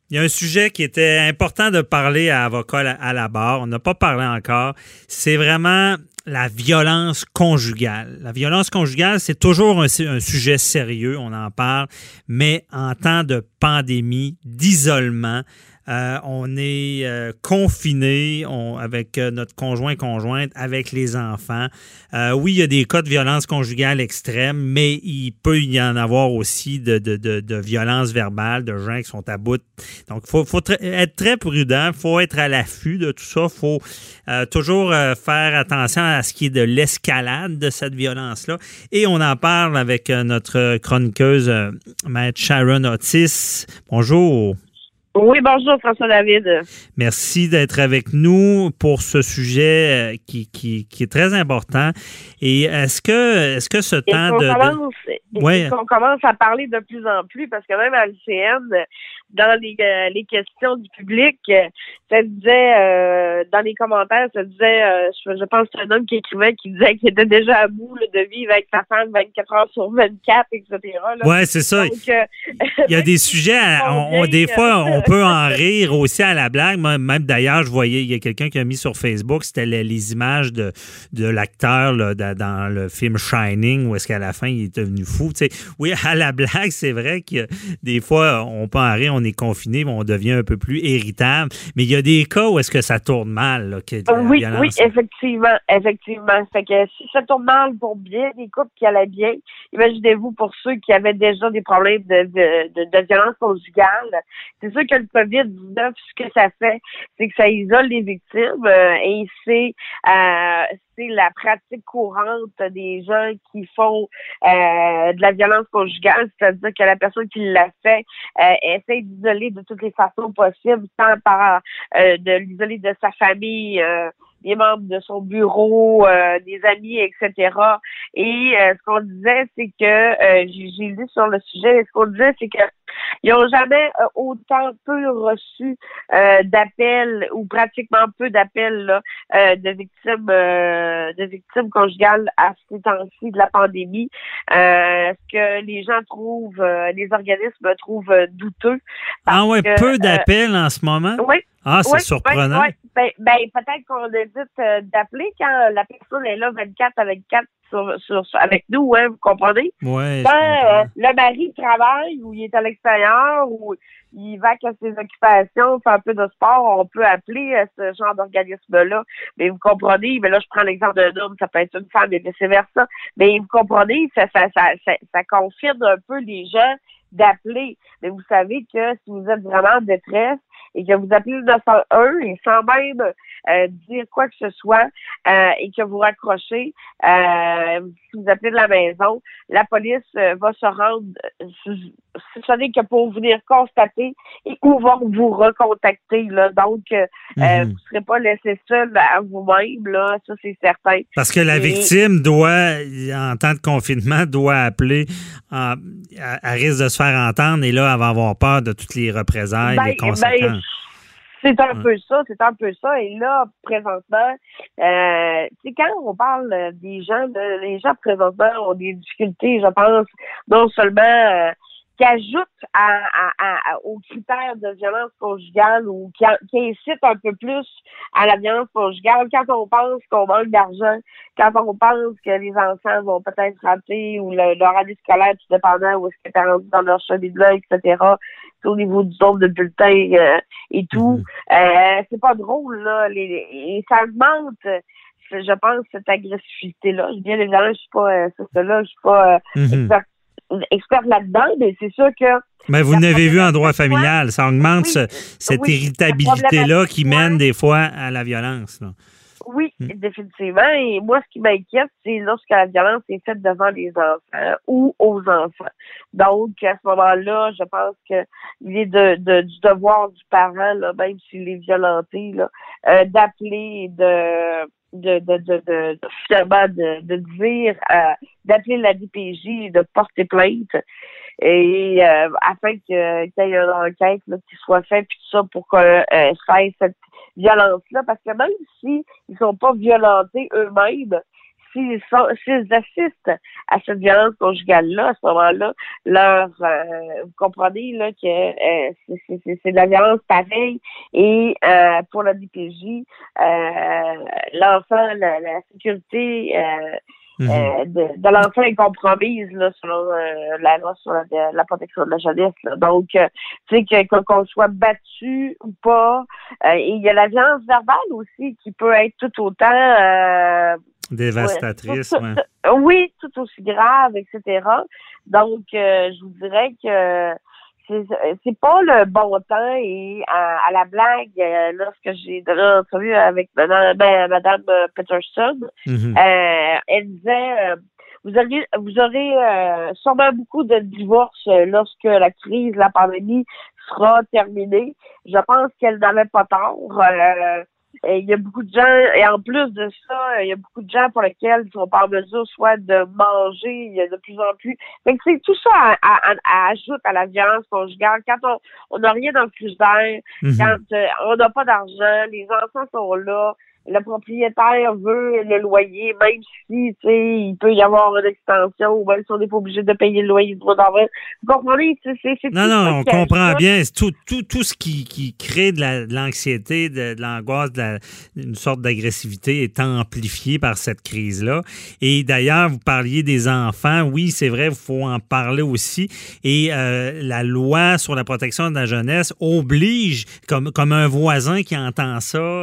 Il y a un sujet qui était important de parler à Avocat à la barre. On n'a pas parlé encore. C'est vraiment la violence conjugale. La violence conjugale, c'est toujours un sujet sérieux, on en parle, mais en temps de pandémie, d'isolement, on est confiné avec notre conjointe, avec les enfants. Oui, il y a des cas de violence conjugale extrême, mais il peut y en avoir aussi de violence verbale, de gens qui sont à bout. Donc, il faut être très prudent, il faut être à l'affût de tout ça, il faut toujours faire attention à ce qui est de l'escalade de cette violence-là. Et on en parle avec notre chroniqueuse, Maître Sharon Otis. Bonjour. Oui, bonjour François-David. Merci d'être avec nous pour ce sujet qui est très important. Et est-ce que ce temps on commence à parler de plus en plus, parce que même à l'UQTR, dans les questions du public, ça disait, dans les commentaires, ça disait, je pense que c'est un homme qui écrivait, qui disait qu'il était déjà à bout de vivre avec sa femme 24 heures sur 24, etc. Oui, c'est ça. Donc, il y a des sujets, des fois, on peut en rire aussi à la blague. Même d'ailleurs, je voyais, il y a quelqu'un qui a mis sur Facebook, c'était les images de l'acteur là, dans le film Shining, où est-ce qu'à la fin, il est devenu fou. Tu sais, oui, à la blague, c'est vrai que des fois, on peut en rire, on est confiné, on devient un peu plus irritable. Mais il y a des cas où est-ce que ça tourne mal, là, oui, effectivement. Fait que si ça tourne mal pour bien des couples qui allaient bien, imaginez-vous pour ceux qui avaient déjà des problèmes de violence conjugale. C'est sûr que le COVID-19, ce que ça fait, c'est que ça isole les victimes et c'est la pratique courante des gens qui font de la violence conjugale, c'est-à-dire que la personne qui l'a fait essaie d'isoler de toutes les façons possibles, tant par de l'isoler de sa famille, des membres de son bureau, des amis, etc. Et ce qu'on disait, c'est que j'ai lu sur le sujet, ce qu'on disait, c'est que ils n'ont jamais autant peu reçu d'appels ou pratiquement peu d'appels là, de victimes conjugales à ces temps-ci de la pandémie. Ce que les gens trouvent, les organismes trouvent douteux. Ah ouais, peu d'appels en ce moment? Oui. Ah, c'est surprenant. Oui. Ben, peut-être qu'on évite d'appeler quand la personne est là 24 à 24 avec nous, hein, vous comprenez? Oui. Quand le mari travaille ou il est à l'extérieur ou il va à ses occupations, fait un peu de sport, on peut appeler ce genre d'organisme-là. Mais vous comprenez, mais là, je prends l'exemple d'un homme, ça peut être une femme et vice-versa. Mais vous comprenez, ça confirme un peu les gens d'appeler. Mais vous savez que si vous êtes vraiment en détresse et que vous appelez le 911 et sans même dire quoi que ce soit et que vous raccrochez, si vous appelez de la maison, la police va se rendre, ce n'est que pour venir constater et ou vont vous recontacter. Là. Donc, vous ne serez pas laissé seul à vous-même, là, ça c'est certain. Parce que la victime doit, en temps de confinement, doit appeler à risque de se faire entendre et là, elle va avoir peur de toutes les représailles, les conséquences. C'est un peu ça. Et là, présentement, quand on parle des gens, les gens présentement ont des difficultés, je pense, non seulement qui ajoutent aux critères de violence conjugale ou qui incitent un peu plus à la violence conjugale quand on pense qu'on manque d'argent, quand on pense que les enfants vont peut-être rater ou leur année scolaire, tout dépendant où est-ce qu'ils sont rendus dans leur cheminement, etc., au niveau du nombre de bulletins et tout. C'est pas drôle, là. Et ça augmente, je pense, cette agressivité-là. Bien évidemment, je suis pas je suis pas expert là-dedans, mais c'est sûr que... Mais vous l'avez vu en droit familial, ça augmente cette irritabilité-là qui mène des fois à la violence. Là. Oui, définitivement. Et moi, ce qui m'inquiète, c'est lorsque la violence est faite devant les enfants ou aux enfants. Donc, à ce moment-là, je pense que il est du devoir du parent, là, même s'il est violenté, là, d'appeler finalement de dire d'appeler la DPJ et de porter plainte et afin qu'il y ait une enquête là, qui soit faite puis tout ça pour que cesse cette violence-là, parce que même si ils sont pas violentés eux-mêmes, s'ils assistent à cette violence conjugale-là, à ce moment-là, vous comprenez là que c'est de la violence pareille et pour la DPJ, l'enfant, la sécurité de l'enfant est compromise là selon la loi sur la protection de la jeunesse. Là. Donc, tu sais qu'on soit battu ou pas, et il y a la violence verbale aussi qui peut être tout autant dévastatrice. Oui, tout aussi grave, etc. Donc, je vous dirais que c'est pas le bon temps et à la blague, lorsque j'ai donné une entrevue avec Madame Peterson, elle disait vous aurez sûrement beaucoup de divorces lorsque la pandémie sera terminée. Je pense qu'elle n'avait pas tort. Il y a beaucoup de gens, et en plus de ça, il y a beaucoup de gens pour lesquels ils sont pas en mesure soit de manger, il y a de plus en plus. Fait que c'est tout ça ajoute à la violence conjugale. Quand on n'a rien dans le frigidaire, quand on n'a pas d'argent, les enfants sont là, le propriétaire veut le loyer, même si, tu sais, il peut y avoir une extension, ou même si on n'est pas obligé de payer le loyer du droit d'envoi. Vous comprenez? C'est Non, on comprend bien. C'est tout ce qui crée de l'anxiété, de l'angoisse, une sorte d'agressivité est amplifié par cette crise-là. Et d'ailleurs, vous parliez des enfants. Oui, c'est vrai, il faut en parler aussi. Et la loi sur la protection de la jeunesse oblige, comme un voisin qui entend ça,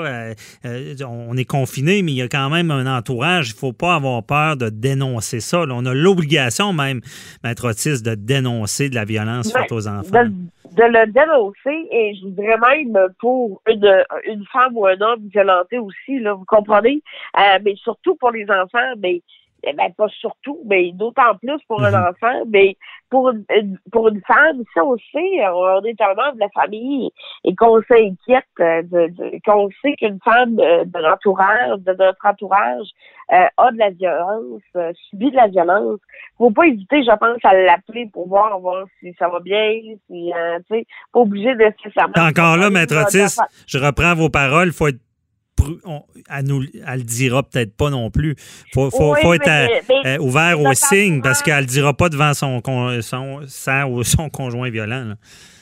on est confiné, mais il y a quand même un entourage. Il ne faut pas avoir peur de dénoncer ça. Là, on a l'obligation même, Maître Otis, de dénoncer de la violence faite aux enfants. De le dénoncer, et je voudrais même pour une femme ou un homme violenté aussi, là, vous comprenez? Mais surtout pour les enfants, mais pas surtout, mais d'autant plus pour un enfant, mais pour une femme, ça aussi, on est un membre de la famille et qu'on s'inquiète, qu'on sait qu'une femme de notre entourage a de la violence, subit de la violence. Faut pas hésiter, je pense, à l'appeler pour voir si ça va bien, si, tu sais, pas obligé nécessairement. Encore là, Maître Otis, je reprends vos paroles, faut être elle le dira peut-être pas non plus. Faut être ouvert aux signes parce qu'elle le dira pas devant son conjoint violent. Là.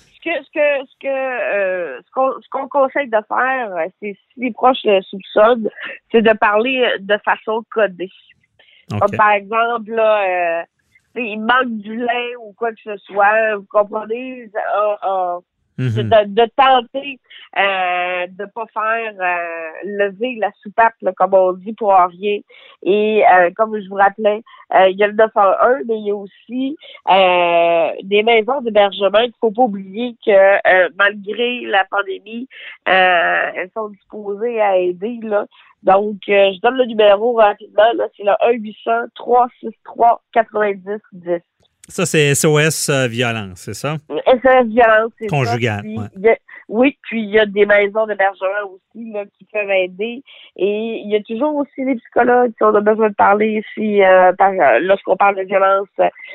Ce qu'on conseille de faire, c'est si les proches soupçonnent, c'est de parler de façon codée. Okay. Comme par exemple, là, il manque du lait ou quoi que ce soit, vous comprenez? De tenter de pas faire lever la soupape, là, comme on dit, pour rien. Et comme je vous rappelais, il y a le 911, mais il y a aussi des maisons d'hébergement. Il ne faut pas oublier que malgré la pandémie, elles sont disposées à aider, là. Donc, je donne le numéro rapidement, là, c'est le 1-800-363-90-10. Ça, c'est SOS Violence, c'est ça? SOS Violence, c'est conjugale, ça. Oui, puis il y a des maisons d'hébergement aussi là, qui peuvent aider. Et il y a toujours aussi des psychologues si on a besoin de parler ici lorsqu'on parle de violence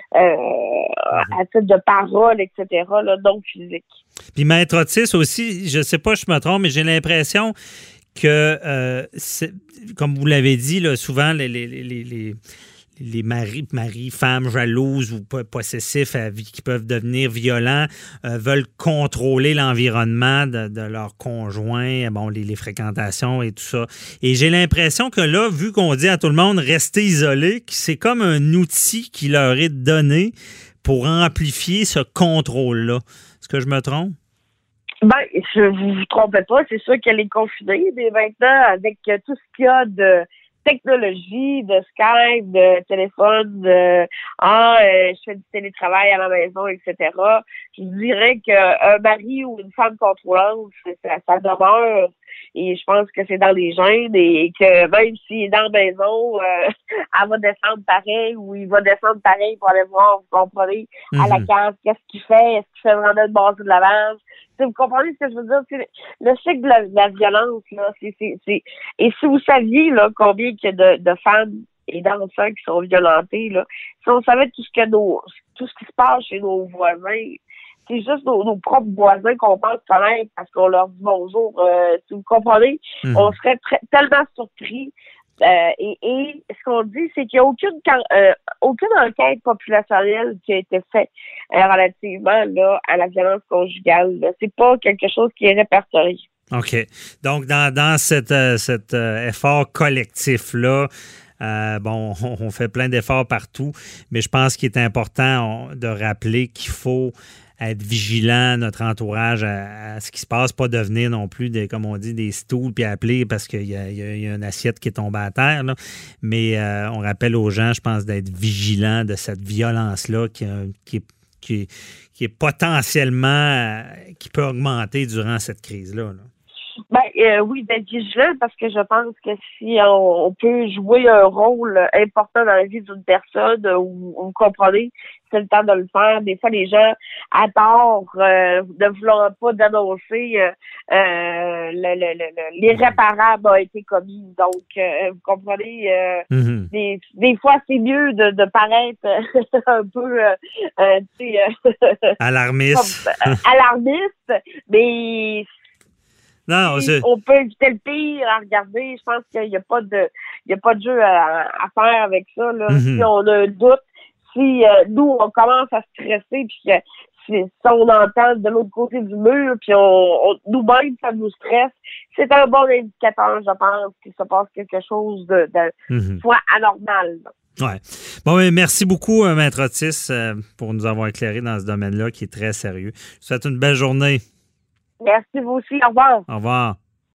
à titre de parole, etc., là, donc physique. Puis Maître Otis aussi, je sais pas, je me trompe, mais j'ai l'impression que, comme vous l'avez dit, là, souvent les maris, femmes jalouses ou possessifs qui peuvent devenir violents veulent contrôler l'environnement de leur conjoint, les fréquentations et tout ça. Et j'ai l'impression que là, vu qu'on dit à tout le monde restez isolés, c'est comme un outil qui leur est donné pour amplifier ce contrôle-là. Est-ce que je me trompe? Je vous trompez pas, c'est sûr qu'elle est confinée, mais maintenant, avec tout ce qu'il y a de technologie, de Skype, de téléphone, je fais du télétravail à la maison, etc. Je dirais qu'un mari ou une femme contrôlante, ça demeure, et je pense que c'est dans les gènes, et que même s'il est dans la maison, elle va descendre pareil, ou il va descendre pareil pour aller voir, vous comprenez, à la cave, qu'est-ce qu'il fait, est-ce qu'il fait vraiment une base de lavage? Vous comprenez ce que je veux dire? C'est le cycle de la violence, là, et si vous saviez, là, combien il y a de femmes et d'enfants qui sont violentés, là, si on savait tout ce qui se passe chez nos voisins, c'est juste nos propres voisins qu'on pense connaître parce qu'on leur dit bonjour, si vous comprenez, on serait tellement surpris Et ce qu'on dit, c'est qu'il n'y a aucune enquête populationnelle qui a été faite relativement là, à la violence conjugale. Là. C'est pas quelque chose qui est répertorié. OK. Donc, dans cet effort collectif-là, on fait plein d'efforts partout, mais je pense qu'il est important de rappeler qu'il faut être vigilant, notre entourage, à ce qui se passe, pas devenir non plus, comme on dit, des stools, puis appeler parce qu'il y a une assiette qui est tombée à terre. Là. Mais on rappelle aux gens, je pense, d'être vigilants de cette violence-là qui est potentiellement, qui peut augmenter durant cette crise-là. Là. Oui, d'être vigilant parce que je pense que si on peut jouer un rôle important dans la vie d'une personne, vous comprenez, c'est le temps de le faire. Des fois, les gens, à tort, ne voulant pas d'annoncer l'irréparable a été commis. Donc, vous comprenez, des fois, c'est mieux de paraître un peu, alarmiste. Alarmiste, mais non, on peut éviter le pire à regarder. Je pense qu'il n'y a pas de jeu à faire avec ça. Là. Si on a un doute, si nous, on commence à stresser, puis si on entend de l'autre côté du mur, puis nous-mêmes, ça nous stresse, c'est un bon indicateur, je pense, qu'il se passe quelque chose de soit anormal. Oui. Bon, mais merci beaucoup, Maître Otis, pour nous avoir éclairé dans ce domaine-là qui est très sérieux. Je vous souhaite une belle journée. Merci, vous aussi. Au revoir. Au revoir.